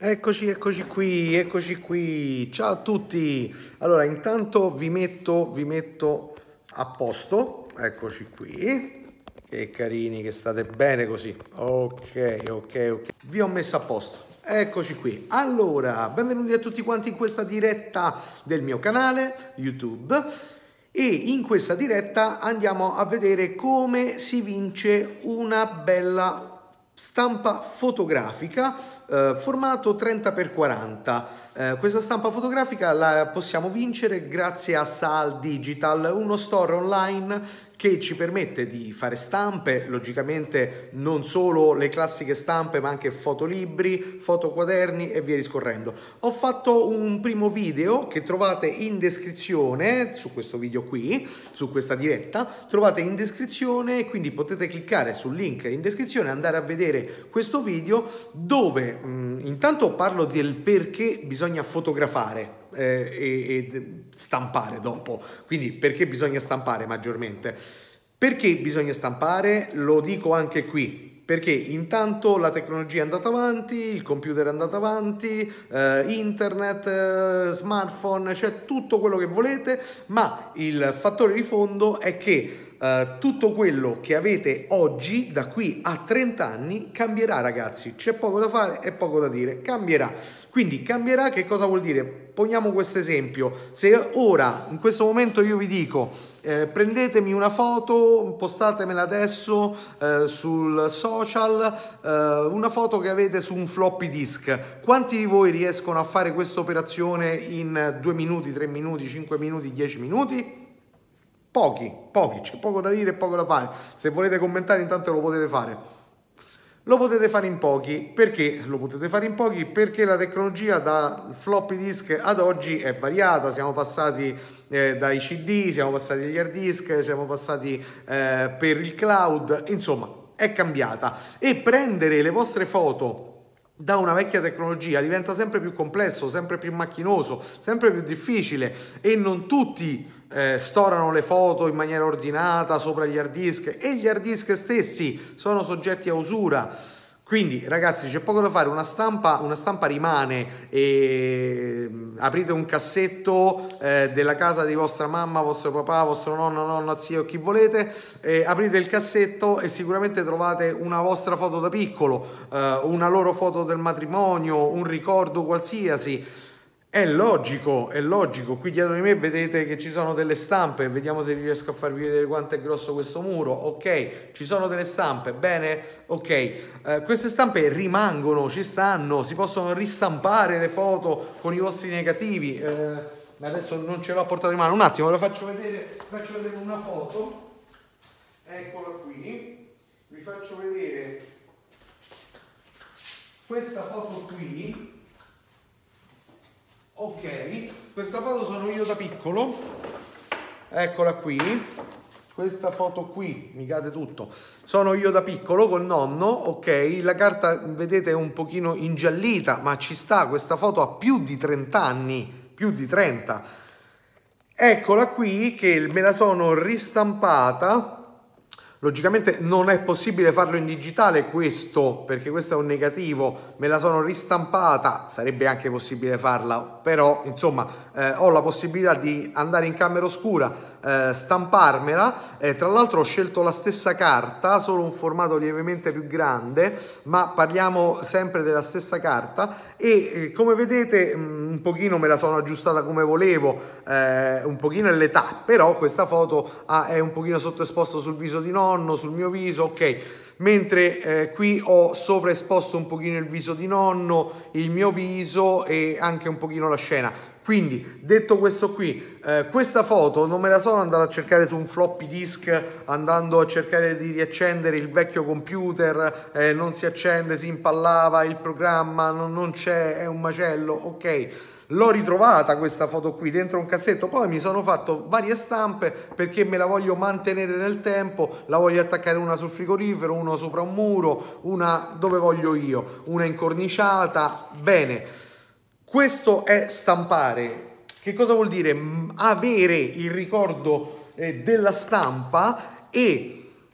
Eccoci qui, eccoci qui. Ciao a tutti. Allora, intanto vi metto a posto. Eccoci qui. Che carini, che state bene così. Ok. Vi ho messo a posto. Eccoci qui. Allora, benvenuti a tutti quanti in questa diretta del mio canale YouTube. E in questa diretta andiamo a vedere come si vince una bella stampa fotografica formato 30x40. Questa stampa fotografica la possiamo vincere grazie a Sal Digital, uno store online che ci permette di fare stampe, logicamente non solo le classiche stampe ma anche fotolibri, fotoquaderni e via discorrendo. Ho fatto un primo video che trovate in descrizione su questo video qui, su questa diretta, trovate in descrizione, quindi potete cliccare sul link in descrizione e andare a vedere questo video dove intanto parlo del perché bisogna fotografare e stampare dopo, quindi perché bisogna stampare maggiormente. Perché bisogna stampare? Lo dico anche qui, perché intanto la tecnologia è andata avanti, il computer è andato avanti, internet, smartphone, cioè tutto quello che volete, ma il fattore di fondo è che tutto quello che avete oggi da qui a 30 anni cambierà, ragazzi. C'è poco da fare e poco da dire, cambierà. Quindi cambierà, che cosa vuol dire? Poniamo questo esempio: se ora in questo momento io vi dico prendetemi una foto, postatemela adesso sul social, una foto che avete su un floppy disk, quanti di voi riescono a fare questa operazione in 2 minuti, 3 minuti, 5 minuti, 10 minuti? Pochi, c'è poco da dire e poco da fare. Se volete commentare intanto lo potete fare. Lo potete fare in pochi. Perché lo potete fare in pochi? Perché la tecnologia da floppy disk ad oggi è variata. Siamo passati dai CD, siamo passati agli hard disk, siamo passati per il cloud, insomma è cambiata. E prendere le vostre foto da una vecchia tecnologia diventa sempre più complesso, sempre più macchinoso, sempre più difficile, e non tutti storano le foto in maniera ordinata sopra gli hard disk, e gli hard disk stessi sono soggetti a usura. Quindi ragazzi, c'è poco da fare, una stampa rimane, e aprite un cassetto della casa di vostra mamma, vostro papà, vostro nonno, nonna, zio, chi volete, aprite il cassetto e sicuramente trovate una vostra foto da piccolo, una loro foto del matrimonio, un ricordo qualsiasi. È logico, qui dietro di me vedete che ci sono delle stampe, vediamo se riesco a farvi vedere quanto è grosso questo muro. Ok, ci sono delle stampe, bene, ok, queste stampe rimangono, ci stanno, si possono ristampare le foto con i vostri negativi. Adesso non ce l'ho a portata in mano, un attimo, ve la faccio vedere una foto, eccola qui, vi faccio vedere questa foto qui. Ok, questa foto sono io da piccolo, eccola qui, questa foto qui, mi cade tutto, sono io da piccolo col nonno, ok, la carta vedete è un pochino ingiallita, ma ci sta, questa foto ha più di 30 anni, più di 30, eccola qui che me la sono ristampata. Logicamente non è possibile farlo in digitale questo, perché questo è un negativo, me la sono ristampata, sarebbe anche possibile farla, però insomma ho la possibilità di andare in camera oscura, stamparmela, tra l'altro ho scelto la stessa carta, solo un formato lievemente più grande, ma parliamo sempre della stessa carta, e come vedete un pochino me la sono aggiustata come volevo, un pochino è l'età, però questa foto è un pochino sottoesposto sul viso di nonno, sul mio viso, ok, mentre qui ho sovraesposto un pochino il viso di nonno, il mio viso e anche un pochino la scena. Quindi detto questo qui, questa foto non me la sono andato a cercare su un floppy disk andando a cercare di riaccendere il vecchio computer, non si accende, si impallava il programma, non c'è, è un macello, ok. L'ho ritrovata questa foto qui dentro un cassetto, poi mi sono fatto varie stampe perché me la voglio mantenere nel tempo, la voglio attaccare una sul frigorifero, una sopra un muro, una dove voglio io, una incorniciata, bene. Questo è stampare. Che cosa vuol dire? Avere il ricordo della stampa e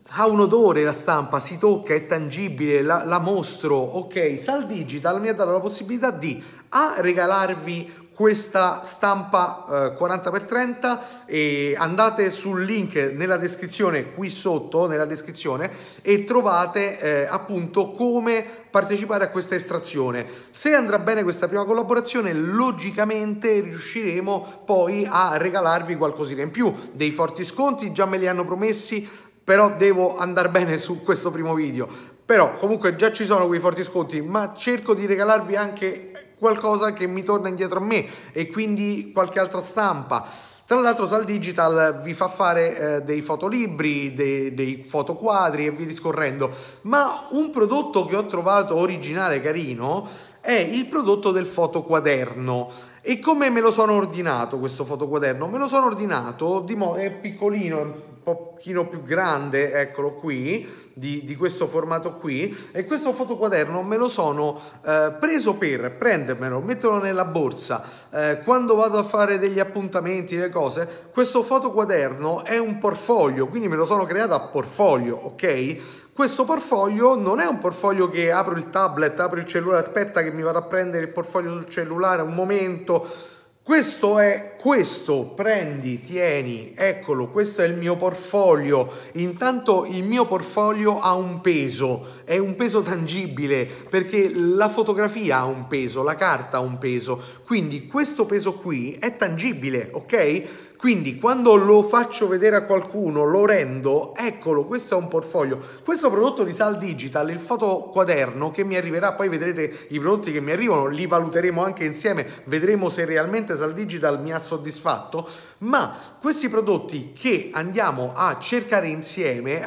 ha un odore la stampa, si tocca, è tangibile, la mostro, ok? Sal Digital mi ha dato la possibilità di regalarvi questa stampa 40x30 e andate sul link nella descrizione qui sotto, nella descrizione, e trovate appunto come partecipare a questa estrazione. Se andrà bene questa prima collaborazione, logicamente riusciremo poi a regalarvi qualcosina in più, dei forti sconti, già me li hanno promessi, però devo andare bene su questo primo video. Però comunque già ci sono quei forti sconti, ma cerco di regalarvi anche qualcosa che mi torna indietro a me e quindi qualche altra stampa. Tra l'altro Sal Digital vi fa fare dei fotolibri, dei fotoquadri e via discorrendo, ma un prodotto che ho trovato originale, carino, è il prodotto del fotoquaderno. E come me lo sono ordinato questo fotoquaderno? Me lo sono ordinato, è piccolino, un pochino più grande, eccolo qui, di questo formato qui, e questo fotoquaderno me lo sono preso per prendermelo, metterlo nella borsa, quando vado a fare degli appuntamenti, le cose. Questo fotoquaderno è un portfolio, quindi me lo sono creato a portfolio, ok? Questo portfolio non è un portfolio che apro il tablet, apro il cellulare, aspetta che mi vado a prendere il portfolio sul cellulare un momento. Questo è questo, prendi, tieni, eccolo, questo è il mio portfolio. Intanto il mio portfolio ha un peso, è un peso tangibile, perché la fotografia ha un peso, la carta ha un peso, quindi questo peso qui è tangibile, ok? Quindi quando lo faccio vedere a qualcuno, lo rendo, eccolo, questo è un portfolio. Questo prodotto di Sal Digital, il fotoquaderno che mi arriverà, poi vedrete i prodotti che mi arrivano, li valuteremo anche insieme, vedremo se realmente Sal Digital mi ha soddisfatto, ma questi prodotti che andiamo a cercare insieme,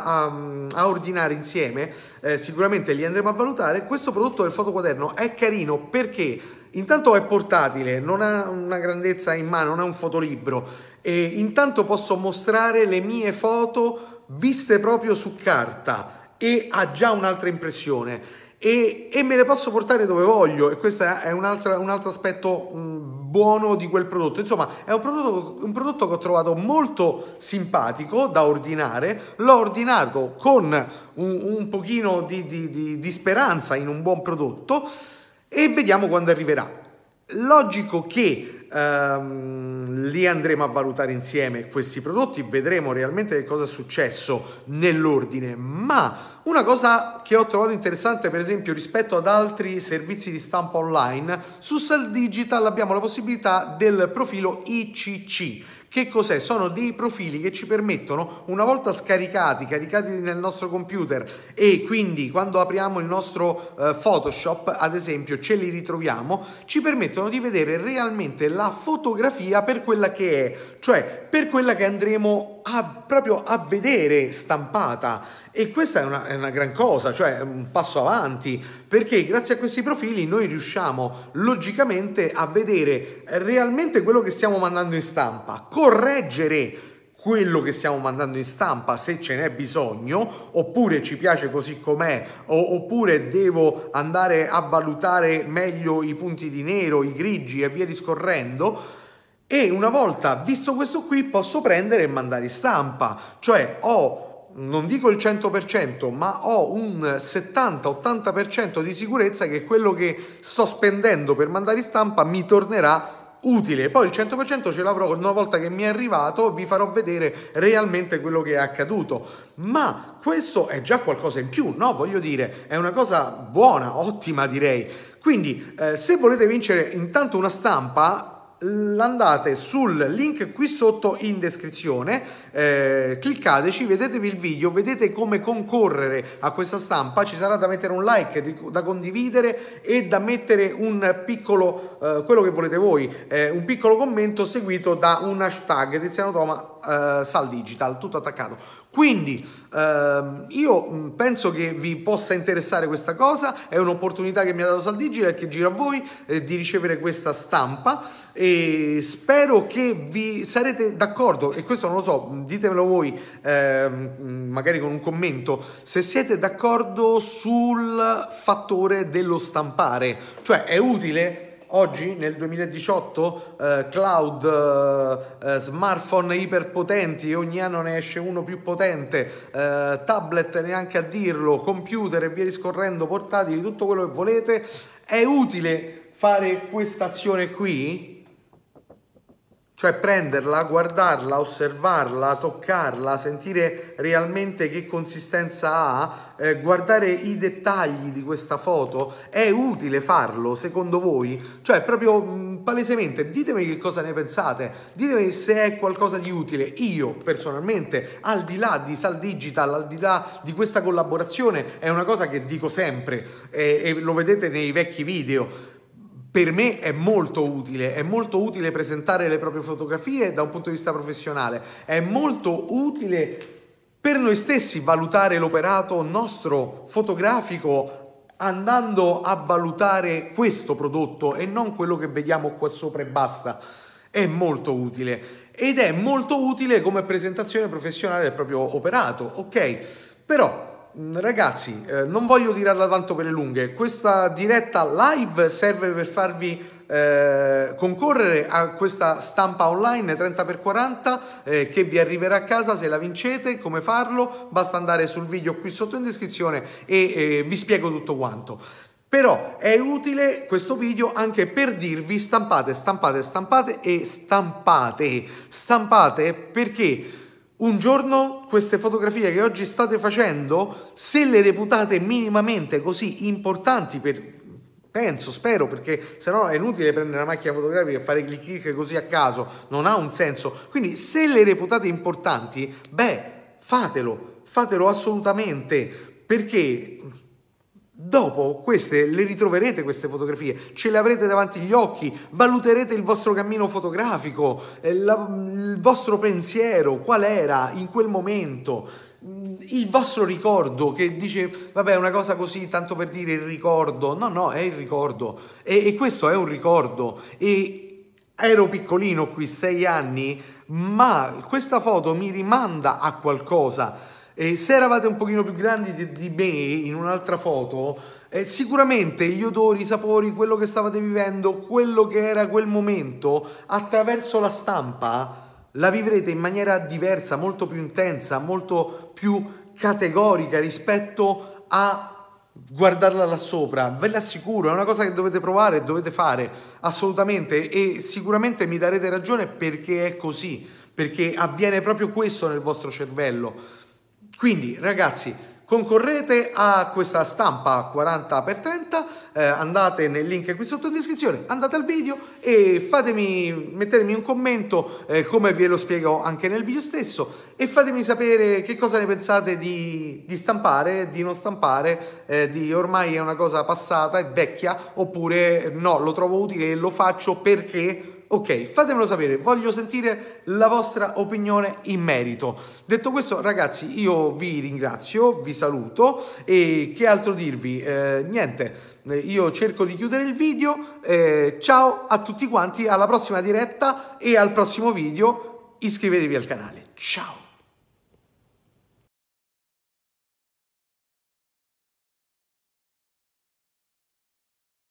a ordinare insieme, sicuramente li andremo a valutare. Questo prodotto del fotoquaderno è carino perché intanto è portatile, non ha una grandezza in mano, non è un fotolibro, e intanto posso mostrare le mie foto viste proprio su carta e ha già un'altra impressione e me le posso portare dove voglio, e questo è un altro aspetto buono di quel prodotto. Insomma, è un prodotto che ho trovato molto simpatico da ordinare. L'ho ordinato con un pochino di speranza in un buon prodotto e vediamo quando arriverà. Logico che li andremo a valutare insieme questi prodotti, vedremo realmente che cosa è successo nell'ordine, ma una cosa che ho trovato interessante, per esempio, rispetto ad altri servizi di stampa online, su Sal Digital abbiamo la possibilità del profilo ICC. Che cos'è? Sono dei profili che ci permettono, una volta caricati nel nostro computer, e quindi quando apriamo il nostro Photoshop, ad esempio, ce li ritroviamo, ci permettono di vedere realmente la fotografia per quella che è, cioè per quella che andremo proprio a vedere stampata. E questa è una gran cosa, cioè un passo avanti, perché grazie a questi profili noi riusciamo logicamente a vedere realmente quello che stiamo mandando in stampa, correggere quello che stiamo mandando in stampa se ce n'è bisogno, oppure ci piace così com'è, oppure devo andare a valutare meglio i punti di nero, i grigi e via discorrendo. E una volta visto questo qui posso prendere e mandare in stampa, cioè non dico il 100%, ma ho un 70-80% di sicurezza che quello che sto spendendo per mandare in stampa mi tornerà utile. Poi il 100% ce l'avrò una volta che mi è arrivato, vi farò vedere realmente quello che è accaduto. Ma questo è già qualcosa in più, no? Voglio dire, è una cosa buona, ottima direi. Quindi se volete vincere intanto una stampa, andate sul link qui sotto in descrizione, cliccateci, vedetevi il video, vedete come concorrere a questa stampa. Ci sarà da mettere un like, da condividere e da mettere un piccolo, quello che volete voi, un piccolo commento seguito da un hashtag Tiziano Toma Sal Digital, tutto attaccato. Quindi io penso che vi possa interessare questa cosa, è un'opportunità che mi ha dato Sal Digital e che gira a voi di ricevere questa stampa, e spero che vi sarete d'accordo, e questo non lo so, ditemelo voi magari con un commento, se siete d'accordo sul fattore dello stampare, cioè è utile? oggi nel 2018 cloud, smartphone iperpotenti, ogni anno ne esce uno più potente, tablet neanche a dirlo, computer e via discorrendo, portatili, tutto quello che volete. È utile fare questa azione qui? Cioè prenderla, guardarla, osservarla, toccarla, sentire realmente che consistenza ha, guardare i dettagli di questa foto. È utile farlo secondo voi? Cioè proprio palesemente ditemi che cosa ne pensate, ditemi se è qualcosa di utile. Io personalmente, al di là di Sal Digital, al di là di questa collaborazione, è una cosa che dico sempre e lo vedete nei vecchi video. Per me è molto utile presentare le proprie fotografie da un punto di vista professionale, è molto utile per noi stessi valutare l'operato nostro fotografico andando a valutare questo prodotto e non quello che vediamo qua sopra e basta. È molto utile ed è molto utile come presentazione professionale del proprio operato, ok? Però ragazzi, non voglio tirarla tanto per le lunghe, questa diretta live serve per farvi concorrere a questa stampa online 30x40 che vi arriverà a casa se la vincete. Come farlo? Basta andare sul video qui sotto in descrizione e vi spiego tutto quanto. Però è utile questo video anche per dirvi stampate perché un giorno queste fotografie che oggi state facendo, se le reputate minimamente così importanti spero, perché sennò è inutile prendere una macchina fotografica e fare clic così a caso, non ha un senso. Quindi se le reputate importanti, beh, fatelo assolutamente, perché dopo queste le ritroverete, queste fotografie, ce le avrete davanti agli occhi, valuterete il vostro cammino fotografico, il vostro pensiero, qual era in quel momento, il vostro ricordo, che dice vabbè è una cosa così tanto per dire il ricordo. No, è il ricordo e questo è un ricordo. E ero piccolino qui, 6 anni, ma questa foto mi rimanda a qualcosa. E se eravate un pochino più grandi di me in un'altra foto, sicuramente gli odori, i sapori, quello che stavate vivendo, quello che era quel momento, attraverso la stampa la vivrete in maniera diversa, molto più intensa, molto più categorica rispetto a guardarla là sopra. Ve l'assicuro, è una cosa che dovete provare, dovete fare assolutamente, e sicuramente mi darete ragione perché è così, perché avviene proprio questo nel vostro cervello. Quindi ragazzi, concorrete a questa stampa 40x30, andate nel link qui sotto in descrizione, andate al video e mettetemi un commento come ve lo spiego anche nel video stesso, e fatemi sapere che cosa ne pensate di stampare, di non stampare, di ormai è una cosa passata, è vecchia, oppure no, lo trovo utile e lo faccio perché... Ok, fatemelo sapere, voglio sentire la vostra opinione in merito. Detto questo ragazzi, io vi ringrazio, vi saluto e che altro dirvi? Niente, io cerco di chiudere il video, ciao a tutti quanti, alla prossima diretta e al prossimo video, iscrivetevi al canale, ciao!